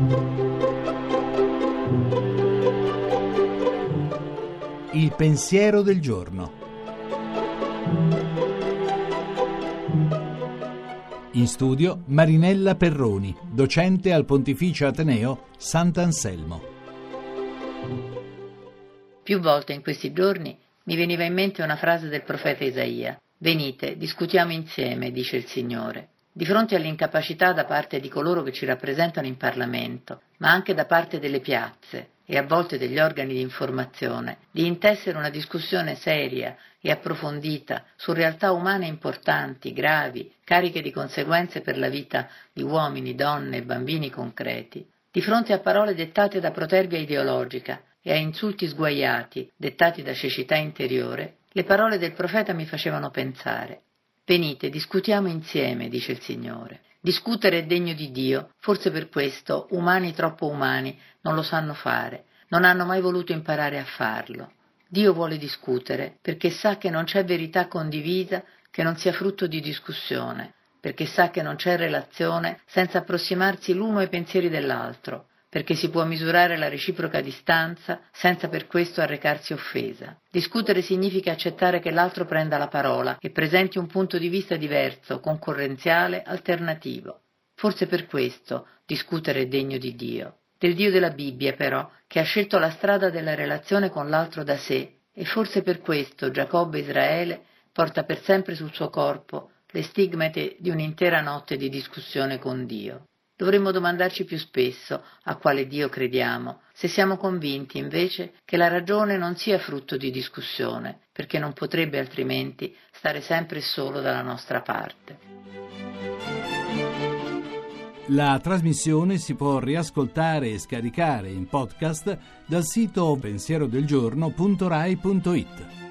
Il pensiero del giorno. In studio Marinella Perroni, docente al Pontificio Ateneo Sant'Anselmo. Più volte in questi giorni mi veniva in mente una frase del profeta Isaia: «Venite, discutiamo insieme», dice il Signore. Di fronte all'incapacità da parte di coloro che ci rappresentano in Parlamento, ma anche da parte delle piazze e a volte degli organi di informazione, di intessere una discussione seria e approfondita su realtà umane importanti, gravi, cariche di conseguenze per la vita di uomini, donne e bambini concreti, di fronte a parole dettate da protervia ideologica e a insulti sguaiati dettati da cecità interiore, le parole del profeta mi facevano pensare. «Venite, discutiamo insieme», dice il Signore. Discutere è degno di Dio, forse per questo umani troppo umani non lo sanno fare, non hanno mai voluto imparare a farlo. Dio vuole discutere perché sa che non c'è verità condivisa che non sia frutto di discussione, perché sa che non c'è relazione senza approssimarsi l'uno ai pensieri dell'altro, perché si può misurare la reciproca distanza senza per questo arrecarsi offesa. Discutere significa accettare che l'altro prenda la parola e presenti un punto di vista diverso, concorrenziale, alternativo. Forse per questo discutere è degno di Dio. Del Dio della Bibbia, però, che ha scelto la strada della relazione con l'altro da sé, e forse per questo Giacobbe Israele porta per sempre sul suo corpo le stigmate di un'intera notte di discussione con Dio. Dovremmo domandarci più spesso a quale Dio crediamo, se siamo convinti invece che la ragione non sia frutto di discussione, perché non potrebbe altrimenti stare sempre solo dalla nostra parte. La trasmissione si può riascoltare e scaricare in podcast dal sito pensierodelgiorno.rai.it.